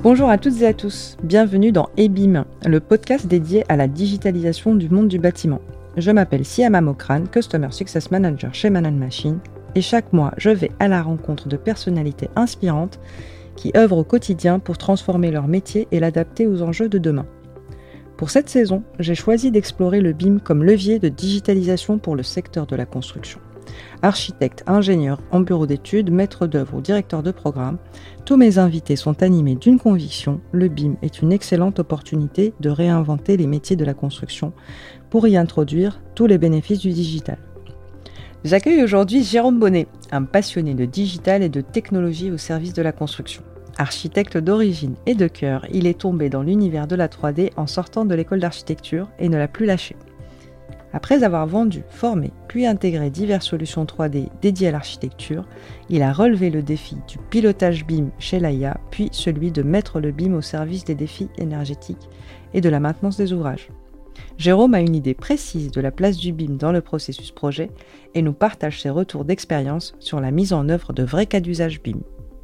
Bonjour à toutes et à tous, bienvenue dans eBIM, le podcast dédié à la digitalisation du monde du bâtiment. Je m'appelle Siama Mokrane, Customer Success Manager chez Man & Machine, et chaque mois, je vais à la rencontre de personnalités inspirantes qui œuvrent au quotidien pour transformer leur métier et l'adapter aux enjeux de demain. Pour cette saison, j'ai choisi d'explorer le BIM comme levier de digitalisation pour le secteur de la construction. Architectes, ingénieurs, en bureau d'études, maîtres d'œuvre ou directeurs de programme, tous mes invités sont animés d'une conviction, le BIM est une excellente opportunité de réinventer les métiers de la construction pour y introduire tous les bénéfices du digital. J'accueille aujourd'hui Jérôme Bonnet, un passionné de digital et de technologie au service de la construction. Architecte d'origine et de cœur, il est tombé dans l'univers de la 3D en sortant de l'école d'architecture et ne l'a plus lâché. Après avoir vendu, formé, puis intégré diverses solutions 3D dédiées à l'architecture, il a relevé le défi du pilotage BIM chez l'AIA, puis celui de mettre le BIM au service des défis énergétiques et de la maintenance des ouvrages. Jérôme a une idée précise de la place du BIM dans le processus projet et nous partage ses retours d'expérience sur la mise en œuvre de vrais cas d'usage BIM.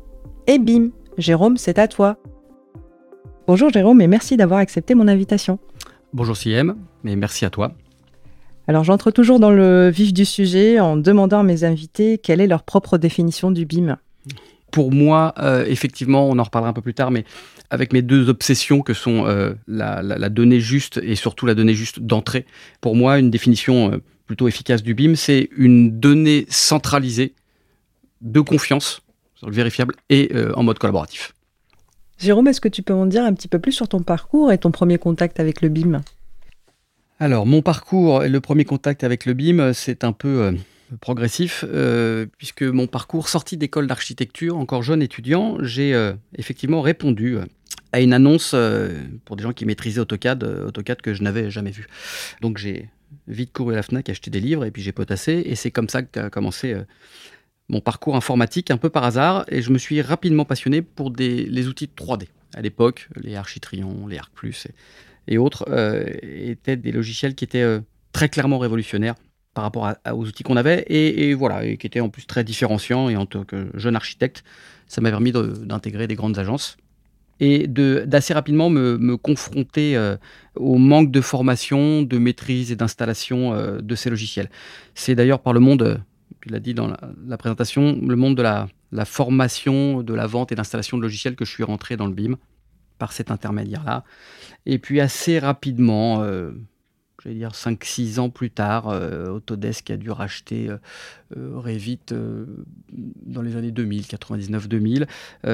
Et BIM, Jérôme, c'est à toi. Bonjour Jérôme et merci d'avoir accepté mon invitation. Bonjour CM, et merci à toi. Alors j'entre toujours dans le vif du sujet en demandant à mes invités quelle est leur propre définition du BIM. Pour moi, effectivement, on en reparlera un peu plus tard, mais avec mes deux obsessions que sont la donnée juste et surtout la donnée juste d'entrée, pour moi, une définition plutôt efficace du BIM, c'est une donnée centralisée de confiance, vérifiable et en mode collaboratif. Jérôme, est-ce que tu peux m'en dire un petit peu plus sur ton parcours et ton premier contact avec le BIM ? Alors, mon parcours et le premier contact avec le BIM, c'est un peu progressif, puisque mon parcours sorti d'école d'architecture, encore jeune étudiant, j'ai effectivement répondu à une annonce pour des gens qui maîtrisaient AutoCAD que je n'avais jamais vu. Donc, j'ai vite couru à la Fnac, acheté des livres, et puis j'ai potassé, et c'est comme ça qu'a commencé mon parcours informatique, un peu par hasard, et je me suis rapidement passionné pour les outils de 3D. À l'époque, les Architrion, les ArcPlus et autres étaient des logiciels qui étaient très clairement révolutionnaires par rapport aux outils qu'on avait et qui étaient en plus très différenciants. Et en tant que jeune architecte, ça m'a permis d'intégrer des grandes agences et d'assez rapidement me confronter au manque de formation, de maîtrise et d'installation de ces logiciels. C'est d'ailleurs par le monde, tu l'as dit dans la présentation, le monde de la formation, de la vente et d'installation de logiciels que je suis rentré dans le BIM par cet intermédiaire-là. Et puis assez rapidement, 5-6 ans plus tard, Autodesk a dû racheter Revit dans les années 2000, 99-2000.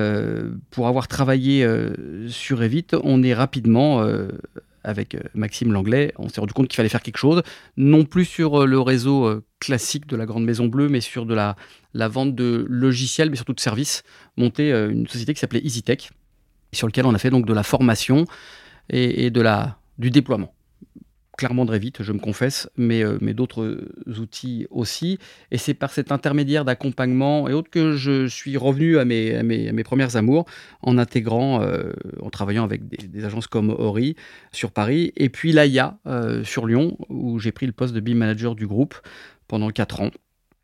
Pour avoir travaillé sur Revit, on est rapidement, avec Maxime Langlais, on s'est rendu compte qu'il fallait faire quelque chose, non plus sur le réseau classique de la Grande Maison Bleue, mais sur de la vente de logiciels, mais surtout de services, monter une société qui s'appelait EasyTech, sur lequel on a fait donc de la formation et du déploiement. Clairement de Revit, je me confesse, mais d'autres outils aussi. Et c'est par cet intermédiaire d'accompagnement et autres que je suis revenu à mes premières amours en intégrant, en travaillant avec des agences comme Ori sur Paris, et puis l'AIA sur Lyon, où j'ai pris le poste de BIM manager du groupe pendant 4 ans.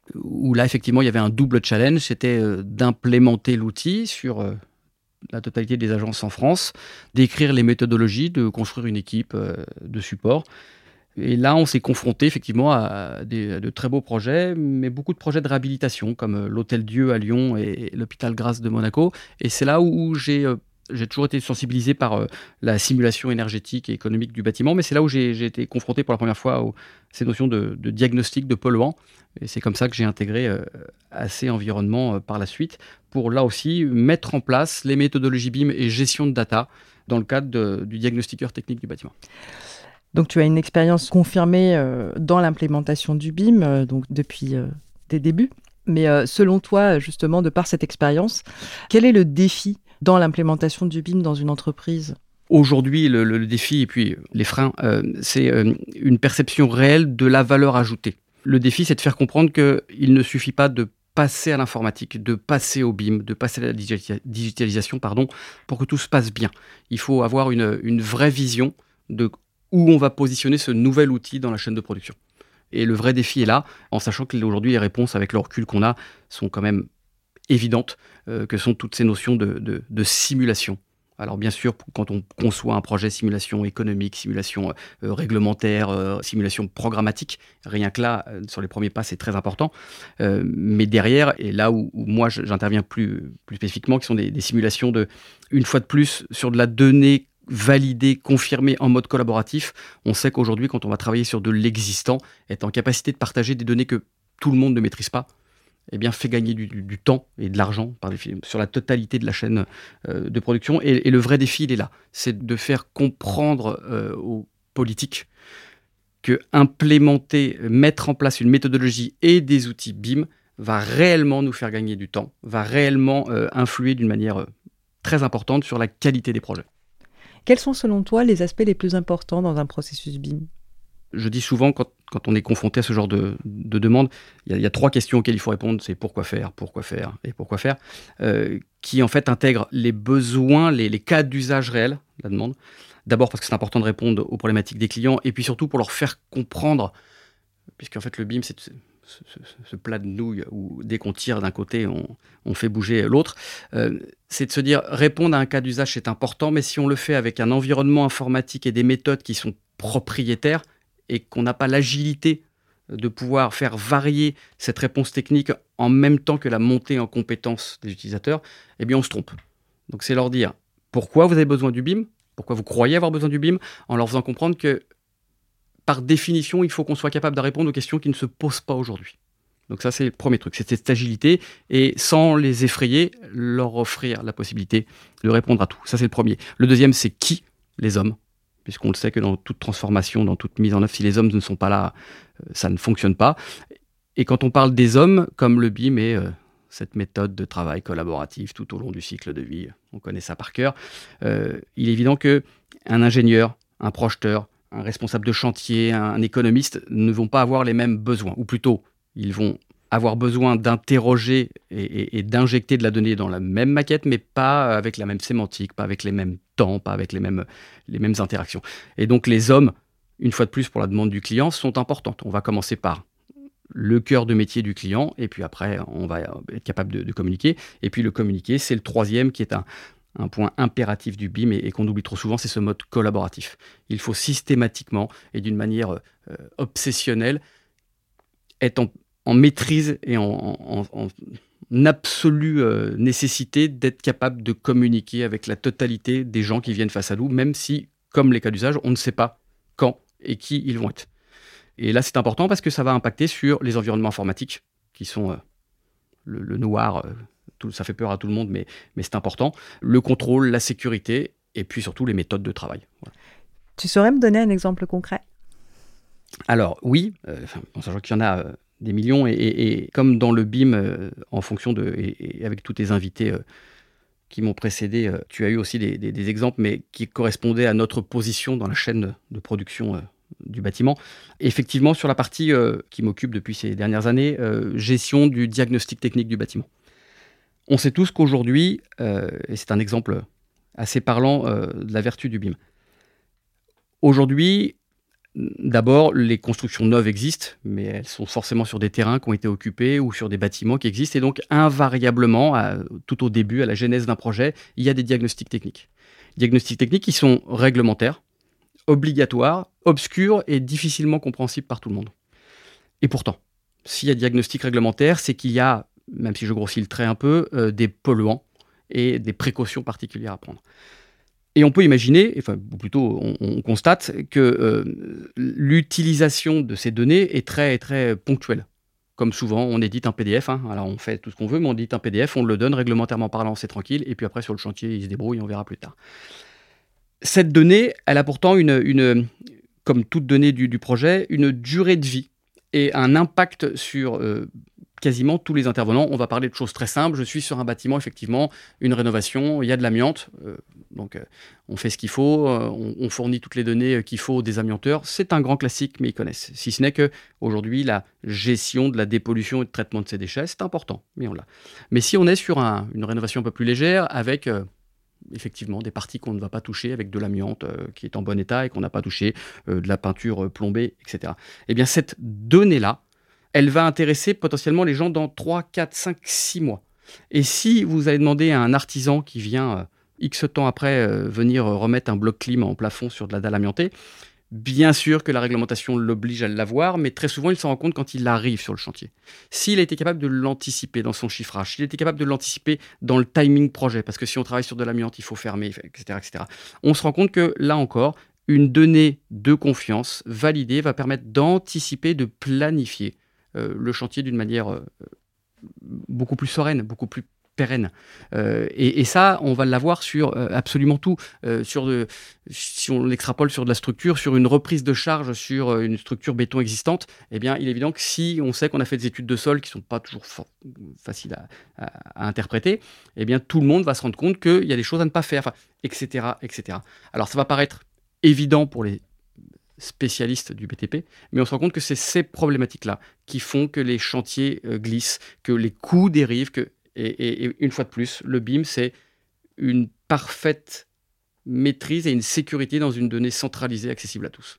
Où là, effectivement, il y avait un double challenge, c'était d'implémenter l'outil sur la totalité des agences en France, d'écrire les méthodologies, de construire une équipe de support. Et là, on s'est confronté effectivement à de très beaux projets, mais beaucoup de projets de réhabilitation, comme l'Hôtel Dieu à Lyon et l'Hôpital Grasse de Monaco. Et c'est là où j'ai toujours été sensibilisé par la simulation énergétique et économique du bâtiment, mais c'est là où j'ai été confronté pour la première fois à ces notions de diagnostic de polluants. Et c'est comme ça que j'ai intégré AC Environnement par la suite, pour là aussi mettre en place les méthodologies BIM et gestion de data dans le cadre du diagnostiqueur technique du bâtiment. Donc tu as une expérience confirmée dans l'implémentation du BIM, donc depuis tes débuts. Mais selon toi, justement, de par cette expérience, quel est le défi dans l'implémentation du BIM dans une entreprise ? Aujourd'hui, le défi et puis les freins, c'est une perception réelle de la valeur ajoutée. Le défi, c'est de faire comprendre qu'il ne suffit pas de passer à l'informatique, de passer au BIM, de passer à la digitalisation, pour que tout se passe bien. Il faut avoir une vraie vision de où on va positionner ce nouvel outil dans la chaîne de production. Et le vrai défi est là, en sachant qu'aujourd'hui, les réponses, avec le recul qu'on a, sont quand même évidentes, que sont toutes ces notions de simulation Alors bien sûr, quand on conçoit un projet simulation économique, simulation réglementaire, simulation programmatique, rien que là, sur les premiers pas, c'est très important. Mais derrière, et là où moi j'interviens plus spécifiquement, qui sont des simulations une fois de plus, sur de la donnée validée, confirmée en mode collaboratif. On sait qu'aujourd'hui, quand on va travailler sur de l'existant, être en capacité de partager des données que tout le monde ne maîtrise pas, eh bien, fait gagner du temps et de l'argent sur la totalité de la chaîne de production. Et le vrai défi, il est là. C'est de faire comprendre aux politiques que implémenter, mettre en place une méthodologie et des outils BIM va réellement nous faire gagner du temps, va réellement influer d'une manière très importante sur la qualité des projets. Quels sont selon toi les aspects les plus importants dans un processus BIM ? Je dis souvent, quand on est confronté à ce genre de demande, il y a 3 questions auxquelles il faut répondre. C'est pourquoi faire et pourquoi faire, qui en fait intègrent les besoins, les cas d'usage réels de la demande. D'abord parce que c'est important de répondre aux problématiques des clients, et puis surtout pour leur faire comprendre, puisqu'en fait le BIM, c'est ce plat de nouilles où dès qu'on tire d'un côté, on fait bouger l'autre. C'est de se dire, répondre à un cas d'usage, c'est important, mais si on le fait avec un environnement informatique et des méthodes qui sont propriétaires, et qu'on n'a pas l'agilité de pouvoir faire varier cette réponse technique en même temps que la montée en compétence des utilisateurs, eh bien on se trompe. Donc c'est leur dire pourquoi vous avez besoin du BIM, pourquoi vous croyez avoir besoin du BIM, en leur faisant comprendre que par définition, il faut qu'on soit capable de répondre aux questions qui ne se posent pas aujourd'hui. Donc ça, c'est le premier truc, c'est cette agilité, et sans les effrayer, leur offrir la possibilité de répondre à tout. Ça, c'est le premier. Le deuxième, c'est qui ? Les hommes. Puisqu'on le sait que dans toute transformation, dans toute mise en œuvre, si les hommes ne sont pas là, ça ne fonctionne pas. Et quand on parle des hommes, comme le BIM et cette méthode de travail collaboratif tout au long du cycle de vie, on connaît ça par cœur, il est évident qu'un ingénieur, un projeteur, un responsable de chantier, un économiste ne vont pas avoir les mêmes besoins. Ou plutôt, ils vont avoir besoin d'interroger et d'injecter de la donnée dans la même maquette, mais pas avec la même sémantique, pas avec les mêmes temps, pas avec les mêmes interactions. Et donc les hommes, une fois de plus pour la demande du client, sont importantes. On va commencer par le cœur de métier du client, et puis après, on va être capable de communiquer. Et puis le communiquer, c'est le troisième qui est un point impératif du BIM et qu'on oublie trop souvent, c'est ce mode collaboratif. Il faut systématiquement et d'une manière obsessionnelle être en maîtrise et en absolue nécessité d'être capable de communiquer avec la totalité des gens qui viennent face à nous, même si, comme les cas d'usage, on ne sait pas quand et qui ils vont être. Et là, c'est important parce que ça va impacter sur les environnements informatiques, qui sont le noir, ça fait peur à tout le monde, mais c'est important. Le contrôle, la sécurité, et puis surtout les méthodes de travail. Voilà. Tu saurais me donner un exemple concret ? Alors, oui, en sachant qu'il y en a des millions, et comme dans le BIM, en fonction et avec tous tes invités qui m'ont précédé, tu as eu aussi des exemples, mais qui correspondaient à notre position dans la chaîne de production du bâtiment. Effectivement, sur la partie qui m'occupe depuis ces dernières années, gestion du diagnostic technique du bâtiment. On sait tous qu'aujourd'hui, et c'est un exemple assez parlant de la vertu du BIM, aujourd'hui, d'abord, les constructions neuves existent, mais elles sont forcément sur des terrains qui ont été occupés ou sur des bâtiments qui existent. Et donc, invariablement, tout au début, à la genèse d'un projet, il y a des diagnostics techniques. Diagnostics techniques qui sont réglementaires, obligatoires, obscurs et difficilement compréhensibles par tout le monde. Et pourtant, s'il y a diagnostic réglementaire, c'est qu'il y a, même si je grossis le trait un peu, des polluants et des précautions particulières à prendre. Et on peut imaginer, ou plutôt on constate, que l'utilisation de ces données est très, très ponctuelle. Comme souvent, on édite un PDF, alors on fait tout ce qu'on veut, mais on édite un PDF, on le donne réglementairement parlant, c'est tranquille, et puis après sur le chantier, il se débrouille, on verra plus tard. Cette donnée, elle a pourtant comme toute donnée du projet, une durée de vie et un impact sur quasiment tous les intervenants. On va parler de choses très simples. Je suis sur un bâtiment, effectivement, une rénovation, il y a de l'amiante. Donc, on fait ce qu'il faut, on fournit toutes les données qu'il faut des amianteurs. C'est un grand classique, mais ils connaissent. Si ce n'est qu'aujourd'hui, la gestion de la dépollution et de traitement de ces déchets, c'est important, mais on l'a. Mais si on est sur une rénovation un peu plus légère, avec effectivement des parties qu'on ne va pas toucher, avec de l'amiante qui est en bon état et qu'on n'a pas touché, de la peinture plombée, etc. Eh bien, cette donnée-là, elle va intéresser potentiellement les gens dans 3, 4, 5, 6 mois. Et si vous allez demander à un artisan qui vient X temps après, venir remettre un bloc clim en plafond sur de la dalle amiantée. Bien sûr que la réglementation l'oblige à l'avoir, mais très souvent, il s'en rend compte quand il arrive sur le chantier. S'il a été capable de l'anticiper dans son chiffrage, s'il a été capable de l'anticiper dans le timing projet, parce que si on travaille sur de l'amiante, il faut fermer, etc., etc., on se rend compte que, là encore, une donnée de confiance validée va permettre d'anticiper, de planifier le chantier d'une manière beaucoup plus sereine, beaucoup plus pérenne. Et ça, on va l'avoir sur absolument tout. Si on l'extrapole sur de la structure, sur une reprise de charge sur une structure béton existante, eh bien, il est évident que si on sait qu'on a fait des études de sol qui ne sont pas toujours faciles à interpréter, eh bien, tout le monde va se rendre compte qu'il y a des choses à ne pas faire, etc., etc. Alors, ça va paraître évident pour les spécialistes du BTP, mais on se rend compte que c'est ces problématiques-là qui font que les chantiers glissent, que les coûts dérivent, et une fois de plus, le BIM, c'est une parfaite maîtrise et une sécurité dans une donnée centralisée, accessible à tous.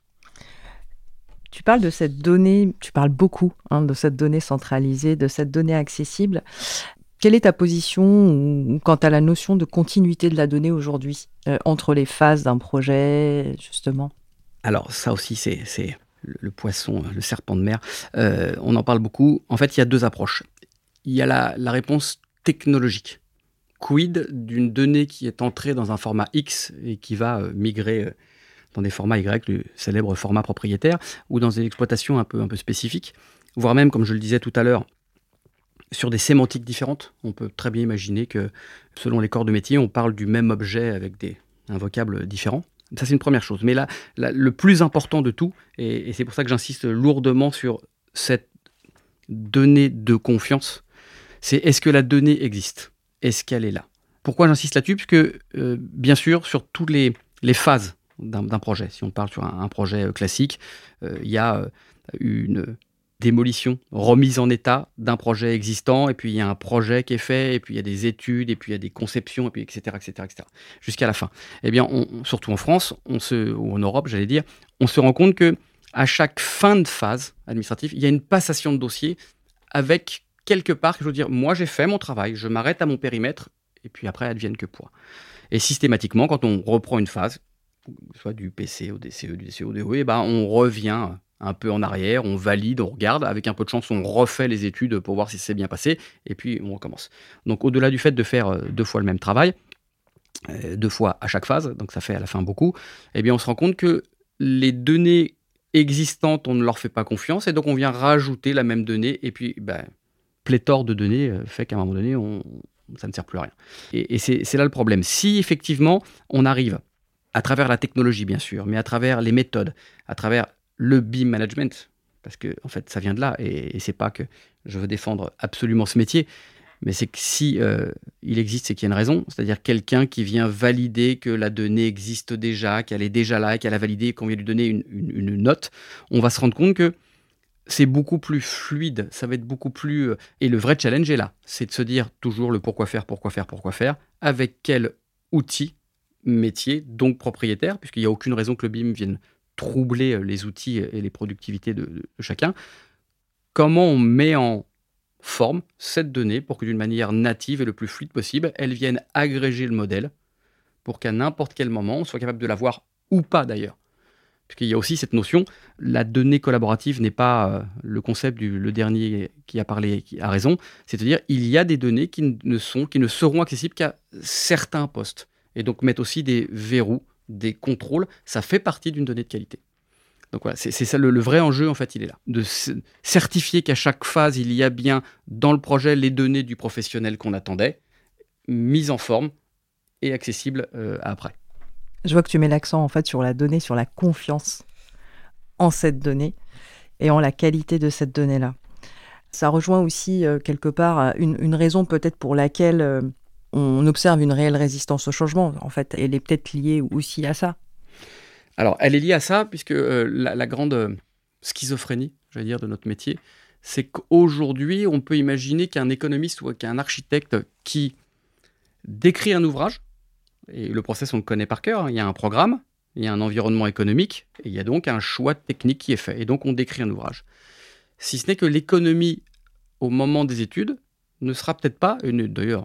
Tu parles de cette donnée, tu parles beaucoup de cette donnée centralisée, de cette donnée accessible. Quelle est ta position quant à la notion de continuité de la donnée aujourd'hui, entre les phases d'un projet, justement ? Alors ça aussi, c'est le poisson, le serpent de mer. On en parle beaucoup. En fait, il y a deux approches. Il y a la réponse technologique. Quid d'une donnée qui est entrée dans un format X et qui va migrer dans des formats Y, le célèbre format propriétaire, ou dans des exploitations un peu spécifiques, voire même, comme je le disais tout à l'heure, sur des sémantiques différentes. On peut très bien imaginer que, selon les corps de métier, on parle du même objet avec un vocable différent. Ça, c'est une première chose. Mais là, le plus important de tout, et c'est pour ça que j'insiste lourdement sur cette donnée de confiance, c'est est-ce que la donnée existe ? Est-ce qu'elle est là ? Pourquoi j'insiste là-dessus ? Parce que, bien sûr, sur toutes les phases d'un projet, si on parle sur un projet classique, il y a une démolition, remise en état d'un projet existant, et puis il y a un projet qui est fait, et puis il y a des études, et puis il y a des conceptions, et puis etc., jusqu'à la fin. Eh bien, surtout en France, ou en Europe, j'allais dire, on se rend compte que à chaque fin de phase administrative, il y a une passation de dossier avec quelque part, je veux dire, moi j'ai fait mon travail, je m'arrête à mon périmètre, et puis après, advienne que pourra. Et systématiquement, quand on reprend une phase, soit du PC au DCE, du DCE au DOE, ben on revient un peu en arrière, on valide, on regarde, avec un peu de chance, on refait les études pour voir si c'est bien passé, et puis on recommence. Donc au-delà du fait de faire 2 fois le même travail, 2 fois à chaque phase, donc ça fait à la fin beaucoup, eh bien on se rend compte que les données existantes, on ne leur fait pas confiance, et donc on vient rajouter la même donnée, et puis pléthore de données fait qu'à un moment donné, ça ne sert plus à rien. Et c'est là le problème. Si effectivement, on arrive, à travers la technologie bien sûr, mais à travers les méthodes, à travers le BIM management, parce que en fait ça vient de là, et c'est pas que je veux défendre absolument ce métier, mais c'est que si il existe, c'est qu'il y a une raison, c'est-à-dire quelqu'un qui vient valider que la donnée existe déjà, qu'elle est déjà là, qu'elle a validé, qu'on vient lui donner une note, on va se rendre compte que c'est beaucoup plus fluide, ça va être beaucoup plus... Et le vrai challenge est là, c'est de se dire toujours le pourquoi faire, avec quel outil métier, donc propriétaire, puisqu'il n'y a aucune raison que le BIM vienne troubler les outils et les productivités de chacun. Comment on met en forme cette donnée pour que d'une manière native et le plus fluide possible, elle vienne agréger le modèle pour qu'à n'importe quel moment, on soit capable de l'avoir ou pas d'ailleurs. Parce qu'il y a aussi cette notion, la donnée collaborative n'est pas le concept le dernier qui a parlé, qui a raison, c'est-à-dire il y a des données qui ne seront accessibles qu'à certains postes. Et donc mettre aussi des verrous, des contrôles, ça fait partie d'une donnée de qualité. Donc voilà, c'est ça le vrai enjeu, en fait, il est là. De certifier qu'à chaque phase, il y a bien dans le projet les données du professionnel qu'on attendait, mises en forme et accessibles après. Je vois que tu mets l'accent en fait sur la donnée, sur la confiance en cette donnée et en la qualité de cette donnée-là. Ça rejoint aussi quelque part une raison peut-être pour laquelle on observe une réelle résistance au changement. En fait, elle est peut-être liée aussi à ça. Alors, elle est liée à ça puisque la grande schizophrénie, j'allais dire, de notre métier, c'est qu'aujourd'hui, on peut imaginer qu'un économiste ou qu'un architecte qui décrit un ouvrage, et le process, on le connaît par cœur. Il y a un programme, il y a un environnement économique, et il y a donc un choix technique qui est fait. Et donc, on décrit un ouvrage. Si ce n'est que l'économie, au moment des études, ne sera peut-être pas, d'ailleurs,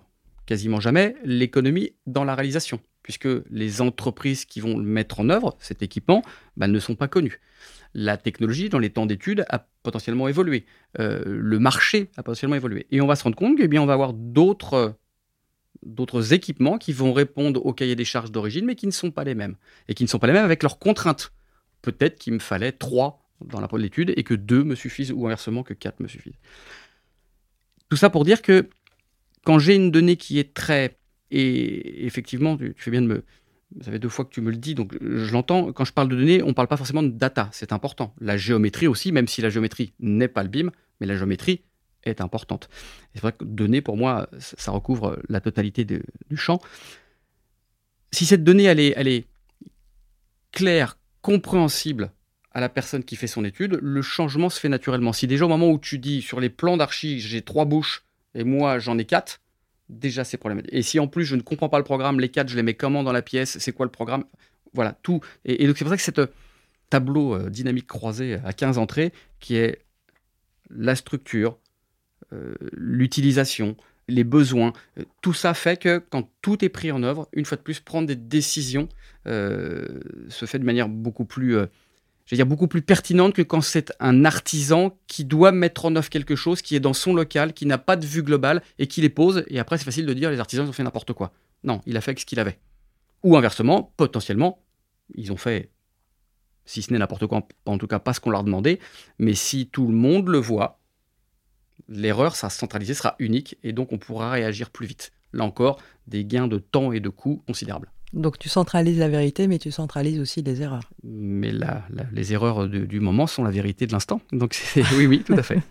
quasiment jamais l'économie dans la réalisation, puisque les entreprises qui vont mettre en œuvre cet équipement ne sont pas connues. La technologie, dans les temps d'études, a potentiellement évolué. Le marché a potentiellement évolué. Et on va se rendre compte qu'on va avoir d'autres équipements qui vont répondre au cahier des charges d'origine, mais qui ne sont pas les mêmes. Et qui ne sont pas les mêmes avec leurs contraintes. Peut-être qu'il me fallait 3 dans la de l'étude et que 2 me suffisent, ou inversement que 4 me suffisent. Tout ça pour dire que quand j'ai une donnée qui est très... Et effectivement, tu fais bien de me... Ça fait 2 fois que tu me le dis, donc je l'entends. Quand je parle de données, on ne parle pas forcément de data, c'est important. La géométrie aussi, même si la géométrie n'est pas le BIM, mais la géométrie est importante. Et c'est vrai que données, pour moi, ça recouvre la totalité du champ. Si cette donnée, elle est claire, compréhensible à la personne qui fait son étude, le changement se fait naturellement. Si déjà au moment où tu dis, sur les plans d'archi, j'ai 3 bouches, et moi j'en ai 4, déjà c'est problématique. Et si en plus je ne comprends pas le programme, les 4 je les mets comment dans la pièce, c'est quoi le programme, voilà, tout. Et donc c'est pour ça que ce tableau dynamique croisé à 15 entrées, qui est la structure, l'utilisation, les besoins, tout ça fait que quand tout est pris en œuvre, une fois de plus, prendre des décisions se fait de manière beaucoup plus... beaucoup plus pertinente que quand c'est un artisan qui doit mettre en œuvre quelque chose, qui est dans son local, qui n'a pas de vue globale et qui les pose. Et après, c'est facile de dire les artisans ils ont fait n'importe quoi. Non, il a fait avec ce qu'il avait. Ou inversement, potentiellement, ils ont fait, si ce n'est n'importe quoi, en tout cas pas ce qu'on leur demandait, mais si tout le monde le voit, l'erreur sera centralisée, sera unique, et donc on pourra réagir plus vite. Là encore, des gains de temps et de coûts considérables. Donc tu centralises la vérité, mais tu centralises aussi les erreurs. Mais les erreurs du moment sont la vérité de l'instant. Donc oui, tout à fait.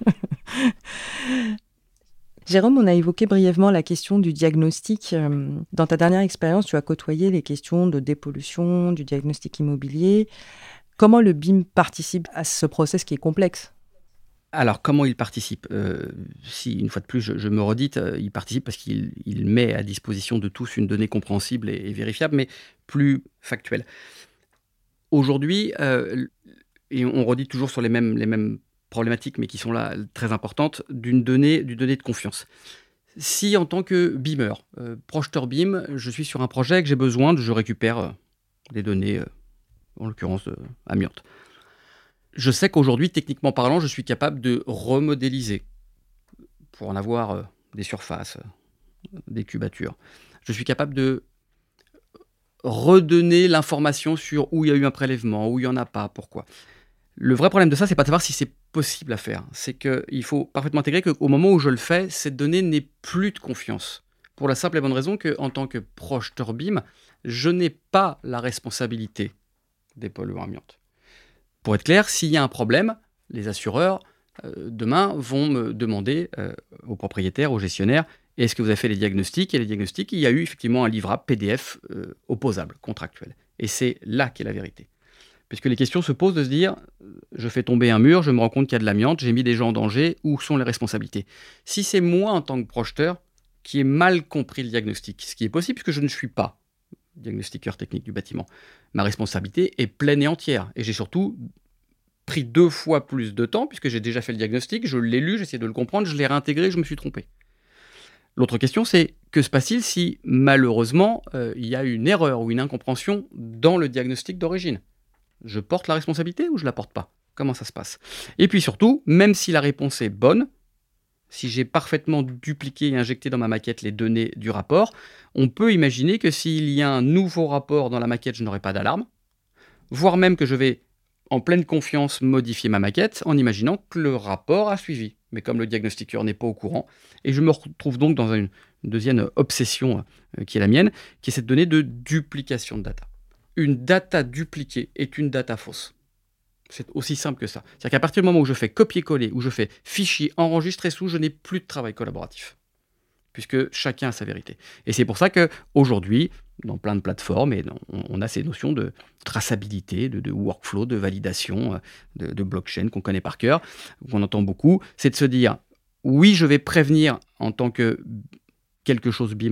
Jérôme, on a évoqué brièvement la question du diagnostic. Dans ta dernière expérience, tu as côtoyé les questions de dépollution, du diagnostic immobilier. Comment le BIM participe à ce process qui est complexe ? Alors, comment il participe ? Si, une fois de plus, je me redite, il participe parce qu'il met à disposition de tous une donnée compréhensible et vérifiable, mais plus factuelle. Aujourd'hui, et on redit toujours sur les mêmes problématiques, mais qui sont là très importantes, du donnée de confiance. Si, en tant que BIMer, projeteur BIM, je suis sur un projet que j'ai besoin, je récupère des données, en l'occurrence amiantes. Je sais qu'aujourd'hui, techniquement parlant, je suis capable de remodéliser pour en avoir des surfaces, des cubatures. Je suis capable de redonner l'information sur où il y a eu un prélèvement, où il n'y en a pas, pourquoi. Le vrai problème de ça, c'est pas de savoir si c'est possible à faire. C'est qu'il faut parfaitement intégrer qu'au moment où je le fais, cette donnée n'est plus de confiance. Pour la simple et bonne raison qu'en tant que projeteur BIM, je n'ai pas la responsabilité des polluants amiantes. Pour être clair, s'il y a un problème, les assureurs, demain, vont me demander aux propriétaires, aux gestionnaires, est-ce que vous avez fait les diagnostics ? Et les diagnostics, il y a eu effectivement un livrable PDF opposable, contractuel. Et c'est là qu'est la vérité. Puisque les questions se posent de se dire, je fais tomber un mur, je me rends compte qu'il y a de l'amiante, j'ai mis des gens en danger, où sont les responsabilités ? Si c'est moi, en tant que projeteur, qui ai mal compris le diagnostic, ce qui est possible puisque je ne suis pas diagnostiqueur technique du bâtiment, ma responsabilité est pleine et entière. Et j'ai surtout pris 2 fois plus de temps, puisque j'ai déjà fait le diagnostic, je l'ai lu, j'ai essayé de le comprendre, je l'ai réintégré, je me suis trompé. L'autre question, c'est que se passe-t-il si, malheureusement, il y a une erreur ou une incompréhension dans le diagnostic d'origine ? Je porte la responsabilité ou je ne la porte pas ? Comment ça se passe ? Et puis surtout, même si la réponse est bonne, si j'ai parfaitement dupliqué et injecté dans ma maquette les données du rapport, on peut imaginer que s'il y a un nouveau rapport dans la maquette, je n'aurai pas d'alarme, voire même que je vais, en pleine confiance, modifier ma maquette en imaginant que le rapport a suivi. Mais comme le diagnostiqueur n'est pas au courant, et je me retrouve donc dans une deuxième obsession qui est la mienne, qui est cette donnée de duplication de data. Une data dupliquée est une data fausse. C'est aussi simple que ça. C'est-à-dire qu'à partir du moment où je fais copier-coller, où je fais fichier, enregistrer sous, je n'ai plus de travail collaboratif. Puisque chacun a sa vérité. Et c'est pour ça qu'aujourd'hui, dans plein de plateformes, on a ces notions de traçabilité, de workflow, de validation, de blockchain qu'on connaît par cœur, qu'on entend beaucoup. C'est de se dire, oui, je vais prévenir en tant que quelque chose BIM,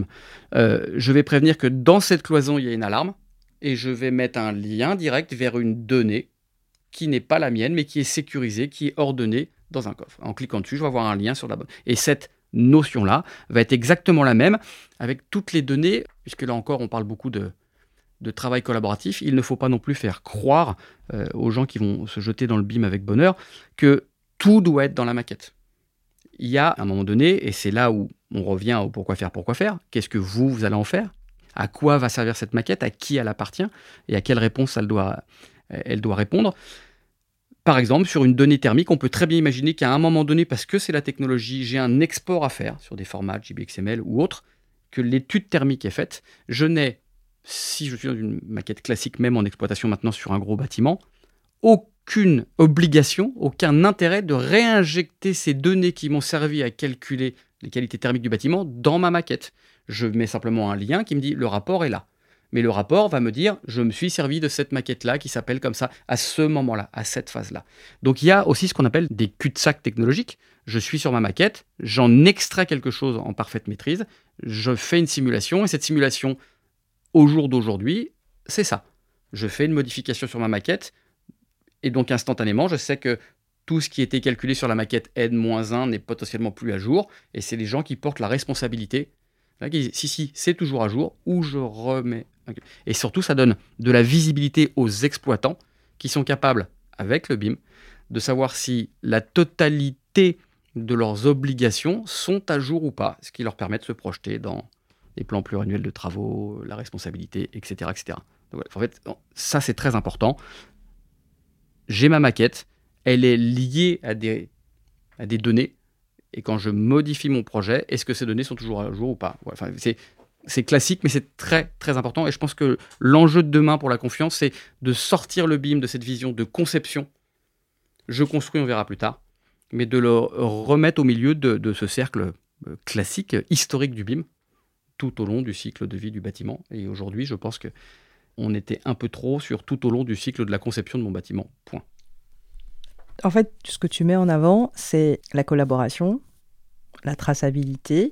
je vais prévenir que dans cette cloison, il y a une alarme, et je vais mettre un lien direct vers une donnée qui n'est pas la mienne, mais qui est sécurisée, qui est ordonnée dans un coffre. En cliquant dessus, je vais avoir un lien sur la bonne. Et cette notion-là va être exactement la même avec toutes les données, puisque là encore, on parle beaucoup de travail collaboratif. Il ne faut pas non plus faire croire aux gens qui vont se jeter dans le BIM avec bonheur que tout doit être dans la maquette. Il y a un moment donné, et c'est là où on revient au pourquoi faire, qu'est-ce que vous allez en faire, à quoi va servir cette maquette, à qui elle appartient, et à quelle réponse elle doit répondre. Par exemple, sur une donnée thermique, on peut très bien imaginer qu'à un moment donné, parce que c'est la technologie, j'ai un export à faire sur des formats JBXML ou autres, que l'étude thermique est faite. Je n'ai, si je suis dans une maquette classique, même en exploitation maintenant sur un gros bâtiment, aucune obligation, aucun intérêt de réinjecter ces données qui m'ont servi à calculer les qualités thermiques du bâtiment dans ma maquette. Je mets simplement un lien qui me dit le rapport est là. Mais le rapport va me dire je me suis servi de cette maquette-là qui s'appelle comme ça à ce moment-là, à cette phase-là. Donc il y a aussi ce qu'on appelle des cul-de-sac technologiques. Je suis sur ma maquette, j'en extrais quelque chose en parfaite maîtrise, je fais une simulation et cette simulation au jour d'aujourd'hui, c'est ça. Je fais une modification sur ma maquette et donc instantanément, je sais que tout ce qui était calculé sur la maquette N-1 n'est potentiellement plus à jour et c'est les gens qui portent la responsabilité. Là, qui disent, si, c'est toujours à jour, ou je remets. Et surtout, ça donne de la visibilité aux exploitants qui sont capables, avec le BIM, de savoir si la totalité de leurs obligations sont à jour ou pas, ce qui leur permet de se projeter dans les plans pluriannuels de travaux, la responsabilité, etc. etc. Donc, en fait, ça, c'est très important. J'ai ma maquette, elle est liée à des données. Et quand je modifie mon projet, est-ce que ces données sont toujours à jour ou pas ? Enfin, c'est classique, mais c'est très, très important. Et je pense que l'enjeu de demain pour la confiance, c'est de sortir le BIM de cette vision de conception. Je construis, on verra plus tard. Mais de le remettre au milieu de ce cercle classique, historique du BIM, tout au long du cycle de vie du bâtiment. Et aujourd'hui, je pense qu'on était un peu trop sur tout au long du cycle de la conception de mon bâtiment. Point. En fait, ce que tu mets en avant, c'est la collaboration, la traçabilité,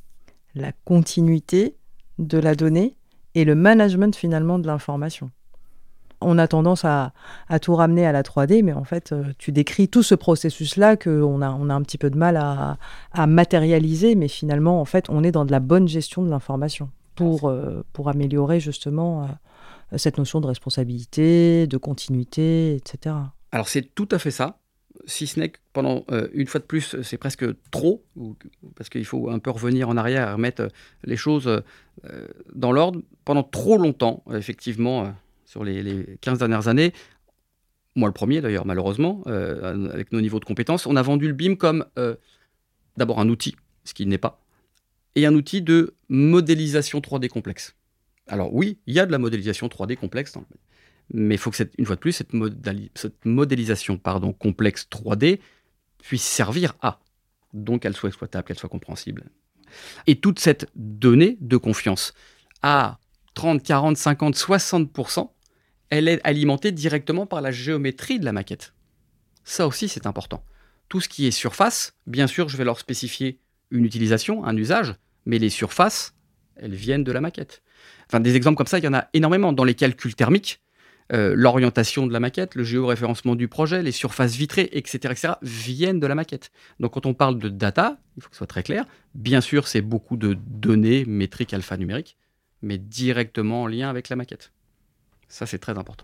la continuité de la donnée et le management finalement de l'information. On a tendance à tout ramener à la 3D, mais en fait, tu décris tout ce processus-là qu'on a un petit peu de mal à matérialiser, mais finalement, en fait, on est dans de la bonne gestion de l'information pour améliorer justement cette notion de responsabilité, de continuité, etc. Alors c'est tout à fait ça, si ce n'est que pendant, une fois de plus, c'est presque trop, parce qu'il faut un peu revenir en arrière et remettre les choses dans l'ordre. Pendant trop longtemps, effectivement, sur les 15 dernières années, moi le premier d'ailleurs malheureusement, avec nos niveaux de compétences, on a vendu le BIM comme d'abord un outil, ce qui n'est pas, et un outil de modélisation 3D complexe. Alors oui, il y a de la modélisation 3D complexe, mais il faut que, une fois de plus, cette modélisation complexe 3D puisse servir à. Donc, qu'elle soit exploitable, qu'elle soit compréhensible. Et toute cette donnée de confiance, à 30, 40, 50, 60%, elle est alimentée directement par la géométrie de la maquette. Ça aussi, c'est important. Tout ce qui est surface, bien sûr, je vais leur spécifier une utilisation, un usage, mais les surfaces, elles viennent de la maquette. Enfin, des exemples comme ça, il y en a énormément. Dans les calculs thermiques, l'orientation de la maquette, le géoréférencement du projet, les surfaces vitrées, etc., viennent de la maquette. Donc quand on parle de data, il faut que ce soit très clair, bien sûr c'est beaucoup de données métriques alphanumériques, mais directement en lien avec la maquette. Ça c'est très important.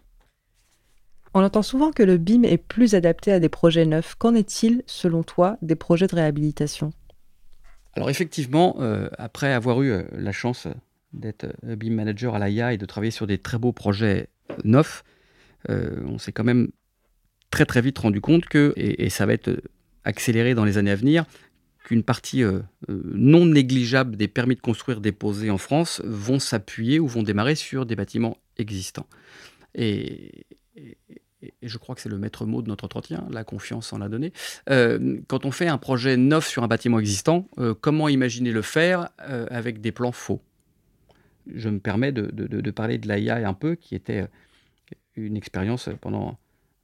On entend souvent que le BIM est plus adapté à des projets neufs. Qu'en est-il, selon toi, des projets de réhabilitation ? Alors effectivement, après avoir eu la chance d'être BIM manager à l'AIA et de travailler sur des très beaux projets neufs, on s'est quand même très très vite rendu compte que, et ça va être accéléré dans les années à venir, qu'une partie non négligeable des permis de construire déposés en France vont s'appuyer ou vont démarrer sur des bâtiments existants. Et je crois que c'est le maître mot de notre entretien, la confiance en la donnée. Quand on fait un projet neuf sur un bâtiment existant, comment imaginer le faire avec des plans faux ? Je me permets de parler de l'AIA un peu, qui était une expérience pendant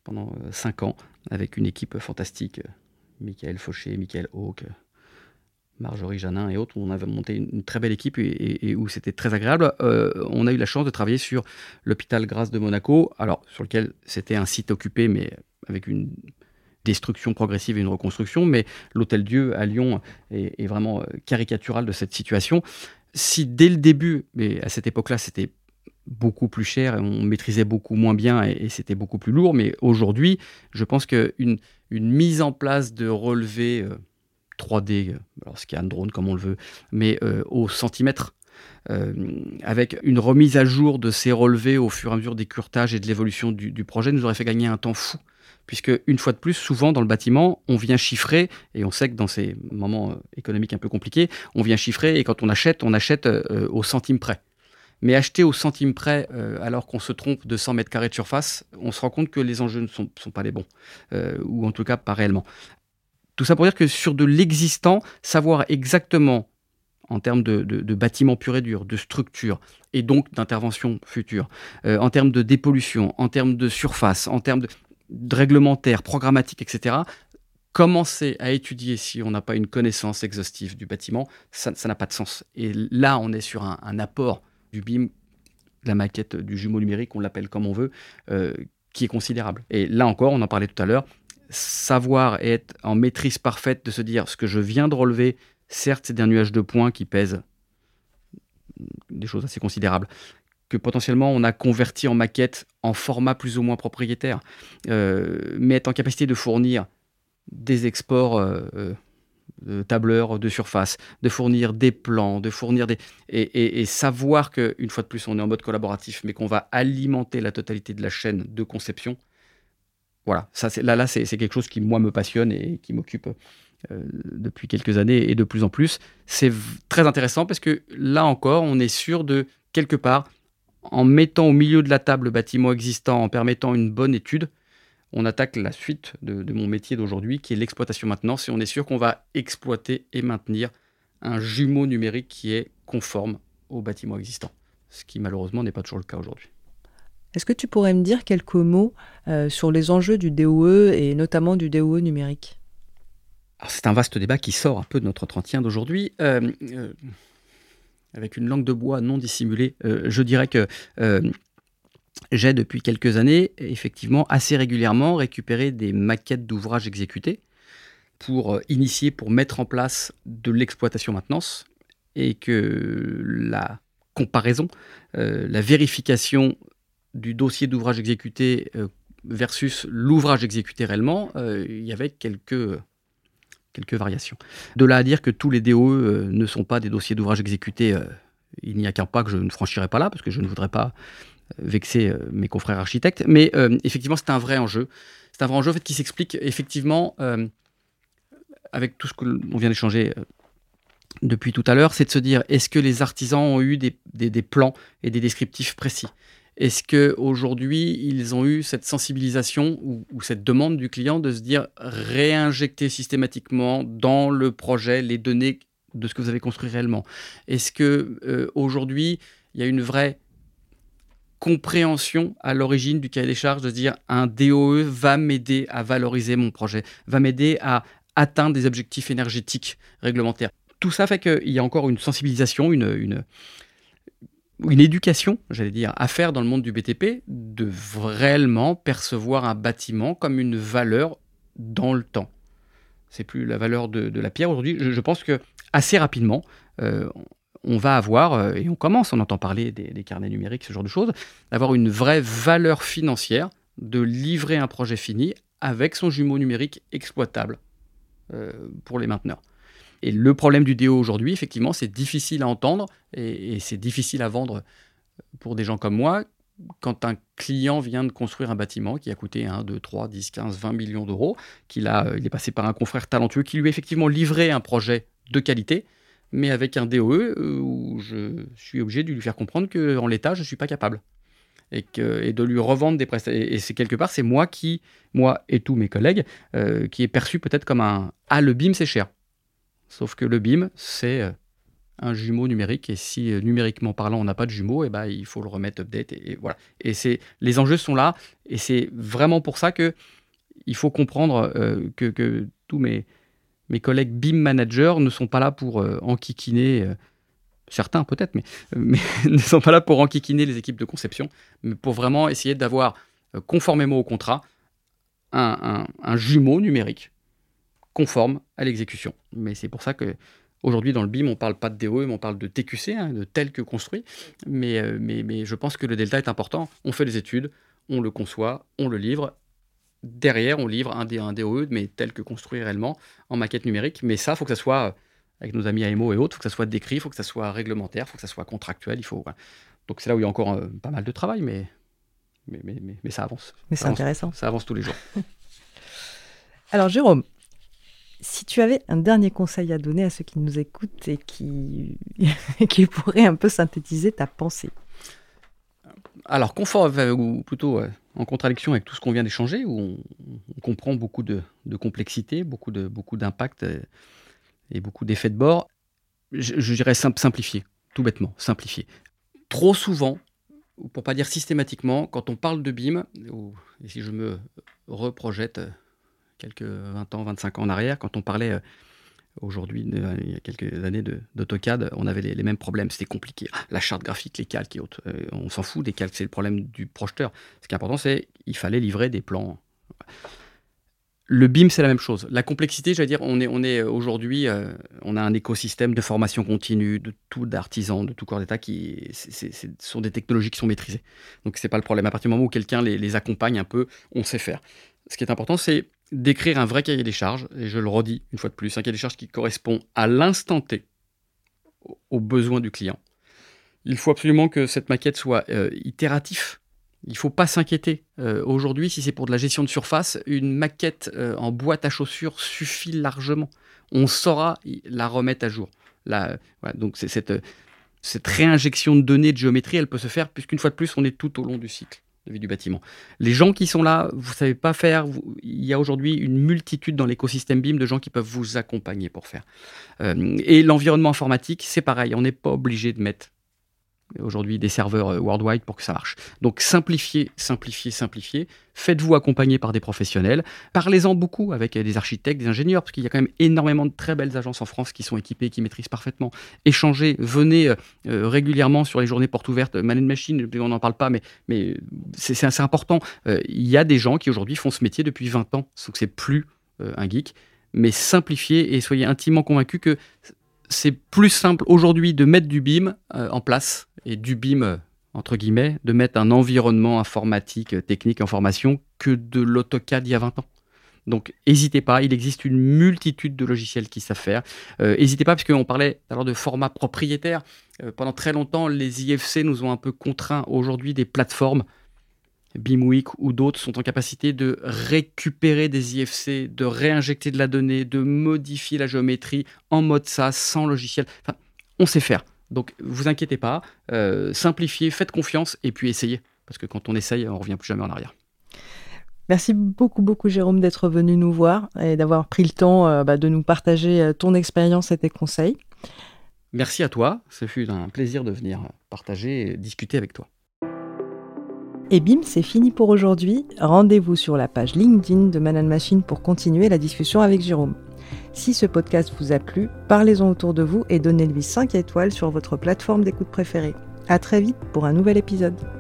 5 ans, avec une équipe fantastique, Michael Fauché, Michael Hawk, Marjorie Janin et autres, où on avait monté une très belle équipe et où c'était très agréable. On a eu la chance de travailler sur l'hôpital Grasse de Monaco, alors sur lequel c'était un site occupé, mais avec une destruction progressive et une reconstruction, mais l'Hôtel-Dieu à Lyon est vraiment caricatural de cette situation. Si dès le début, mais à cette époque-là, c'était beaucoup plus cher, et on maîtrisait beaucoup moins bien et c'était beaucoup plus lourd, mais aujourd'hui, je pense qu'une mise en place de relevés 3D, alors scan, drone comme on le veut, mais au centimètre, avec une remise à jour de ces relevés au fur et à mesure des curetages et de l'évolution du projet, nous aurait fait gagner un temps fou. Puisque, une fois de plus, souvent dans le bâtiment, on vient chiffrer, et on sait que dans ces moments économiques un peu compliqués, on vient chiffrer, et quand on achète au centime près. Mais acheter au centime près, alors qu'on se trompe de 100 mètres carrés de surface, on se rend compte que les enjeux ne sont pas les bons, ou en tout cas pas réellement. Tout ça pour dire que sur de l'existant, savoir exactement, en termes de bâtiments pur et dur, de structure, et donc d'intervention future, en termes de dépollution, en termes de surface, en termes de réglementaire, programmatique, etc., commencer à étudier si on n'a pas une connaissance exhaustive du bâtiment, ça n'a pas de sens. Et là, on est sur un apport du BIM, de la maquette du jumeau numérique, on l'appelle comme on veut, qui est considérable. Et là encore, on en parlait tout à l'heure, savoir être en maîtrise parfaite de se dire ce que je viens de relever, certes, c'est un nuage de points qui pèse des choses assez considérables, que potentiellement on a converti en maquette en format plus ou moins propriétaire, mais être en capacité de fournir des exports de tableurs de surface, de fournir des plans, de fournir des... Et savoir qu'une fois de plus, on est en mode collaboratif, mais qu'on va alimenter la totalité de la chaîne de conception. Voilà, ça, c'est quelque chose qui, moi, me passionne et qui m'occupe depuis quelques années et de plus en plus. C'est très intéressant parce que là encore, on est sûr de, quelque part, en mettant au milieu de la table le bâtiment existant, en permettant une bonne étude, on attaque la suite de mon métier d'aujourd'hui, qui est l'exploitation maintenance, et on est sûr qu'on va exploiter et maintenir un jumeau numérique qui est conforme au bâtiment existant, ce qui malheureusement n'est pas toujours le cas aujourd'hui. Est-ce que tu pourrais me dire quelques mots sur les enjeux du DOE et notamment du DOE numérique ? Alors, c'est un vaste débat qui sort un peu de notre entretien d'aujourd'hui. Avec une langue de bois non dissimulée, je dirais que j'ai depuis quelques années, effectivement, assez régulièrement récupéré des maquettes d'ouvrages exécutés pour initier, pour mettre en place de l'exploitation maintenance, et que la comparaison, la vérification du dossier d'ouvrage exécuté versus l'ouvrage exécuté réellement, il y avait quelques variations. De là à dire que tous les DOE ne sont pas des dossiers d'ouvrage exécutés, il n'y a qu'un pas que je ne franchirai pas là, parce que je ne voudrais pas vexer mes confrères architectes, mais effectivement c'est un vrai enjeu. C'est un vrai enjeu en fait, qui s'explique effectivement avec tout ce qu'on vient d'échanger depuis tout à l'heure, c'est de se dire, est-ce que les artisans ont eu des plans et des descriptifs précis ? Est-ce qu'aujourd'hui, ils ont eu cette sensibilisation ou cette demande du client de se dire réinjecter systématiquement dans le projet les données de ce que vous avez construit réellement ? Est-ce qu'aujourd'hui, il y a une vraie compréhension à l'origine du cahier des charges de se dire un DOE va m'aider à valoriser mon projet, va m'aider à atteindre des objectifs énergétiques réglementaires ? Tout ça fait qu'il y a encore une sensibilisation, une éducation, j'allais dire, à faire dans le monde du BTP, de réellement percevoir un bâtiment comme une valeur dans le temps. C'est plus la valeur de la pierre aujourd'hui. Je pense que assez rapidement, on va avoir, et on entend parler des carnets numériques, ce genre de choses, d'avoir une vraie valeur financière de livrer un projet fini avec son jumeau numérique exploitable pour les mainteneurs. Et le problème du DO aujourd'hui, effectivement, c'est difficile à entendre et c'est difficile à vendre pour des gens comme moi. Quand un client vient de construire un bâtiment qui a coûté 1, 2, 3, 10, 15, 20 millions d'euros, il est passé par un confrère talentueux qui lui a effectivement livré un projet de qualité, mais avec un DOE où je suis obligé de lui faire comprendre qu'en l'état, je ne suis pas capable. Et de lui revendre des prestations. Et c'est quelque part, c'est moi et tous mes collègues, qui est perçu peut-être comme le BIM, c'est cher. Sauf que le BIM, c'est un jumeau numérique. Et si, numériquement parlant, on n'a pas de jumeau, il faut le remettre update. Et voilà. Et les enjeux sont là. Et c'est vraiment pour ça qu'il faut comprendre que tous mes collègues BIM managers ne sont pas là pour enquiquiner... certains peut-être, mais ne sont pas là pour enquiquiner les équipes de conception, mais pour vraiment essayer d'avoir, conformément au contrat, un jumeau numérique conforme à l'exécution. Mais c'est pour ça que aujourd'hui, dans le BIM, on ne parle pas de DOE, mais on parle de TQC, de tel que construit. Mais je pense que le delta est important. On fait les études, on le conçoit, on le livre. Derrière, on livre un DOE, mais tel que construit réellement, en maquette numérique. Mais ça, il faut que ça soit, avec nos amis AMO et autres, il faut que ça soit décrit, il faut que ça soit réglementaire, il faut que ça soit contractuel. Voilà. Donc c'est là où il y a encore pas mal de travail, mais ça avance. Mais c'est intéressant. Ça avance tous les jours. Alors Jérôme, si tu avais un dernier conseil à donner à ceux qui nous écoutent et qui pourrait un peu synthétiser ta pensée. Alors, ou plutôt en contradiction avec tout ce qu'on vient d'échanger, où on comprend beaucoup de complexité, beaucoup d'impact et beaucoup d'effets de bord, je dirais simplifier, tout bêtement, simplifier. Trop souvent, pour pas dire systématiquement, quand on parle de BIM, et si je me reprojette quelques 20 ans, 25 ans en arrière, quand on parlait aujourd'hui, il y a quelques années d'AutoCAD, on avait les mêmes problèmes, c'était compliqué. La charte graphique, les calques et autres, on s'en fout des calques, c'est le problème du projeteur. Ce qui est important, c'est qu'il fallait livrer des plans. Le BIM, c'est la même chose. La complexité, j'allais dire, on est aujourd'hui, on a un écosystème de formation continue, d'artisans, de tout corps d'État ce sont des technologies qui sont maîtrisées. Donc, c'est pas le problème. À partir du moment où quelqu'un les accompagne un peu, on sait faire. Ce qui est important, c'est d'écrire un vrai cahier des charges, et je le redis une fois de plus, un cahier des charges qui correspond à l'instant T aux besoins du client. Il faut absolument que cette maquette soit itérative. Il ne faut pas s'inquiéter. Aujourd'hui, si c'est pour de la gestion de surface, une maquette en boîte à chaussures suffit largement. On saura la remettre à jour. Voilà, donc c'est cette réinjection de données de géométrie, elle peut se faire puisqu'une fois de plus, on est tout au long du cycle de vie du bâtiment. Les gens qui sont là, vous ne savez pas faire. Il y a aujourd'hui une multitude dans l'écosystème BIM de gens qui peuvent vous accompagner pour faire. Et l'environnement informatique, c'est pareil. On n'est pas obligé de mettre aujourd'hui des serveurs worldwide pour que ça marche. Donc simplifiez. Faites-vous accompagner par des professionnels. Parlez-en beaucoup avec des architectes, des ingénieurs, parce qu'il y a quand même énormément de très belles agences en France qui sont équipées, qui maîtrisent parfaitement. Échangez, venez régulièrement sur les journées portes ouvertes. Man & Machine, on n'en parle pas, mais c'est assez important. Il y a des gens qui aujourd'hui font ce métier depuis 20 ans, donc c'est plus un geek. Mais simplifiez et soyez intimement convaincus que c'est plus simple aujourd'hui de mettre du BIM en place, et du BIM, entre guillemets, de mettre un environnement informatique, technique en formation, que de l'AutoCAD il y a 20 ans. Donc, n'hésitez pas, il existe une multitude de logiciels qui savent faire. N'hésitez pas, puisqu'on parlait alors de format propriétaire. Pendant très longtemps, les IFC nous ont un peu contraints. Aujourd'hui, des plateformes, BIMweek ou d'autres, sont en capacité de récupérer des IFC, de réinjecter de la donnée, de modifier la géométrie en mode SaaS, sans logiciel. Enfin, on sait faire. Donc, vous inquiétez pas, simplifiez, faites confiance et puis essayez. Parce que quand on essaye, on ne revient plus jamais en arrière. Merci beaucoup Jérôme d'être venu nous voir et d'avoir pris le temps de nous partager ton expérience et tes conseils. Merci à toi, ce fut un plaisir de venir partager et discuter avec toi. Et bim, c'est fini pour aujourd'hui. Rendez-vous sur la page LinkedIn de Man & Machine pour continuer la discussion avec Jérôme. Si ce podcast vous a plu, parlez-en autour de vous et donnez-lui 5 étoiles sur votre plateforme d'écoute préférée. À très vite pour un nouvel épisode.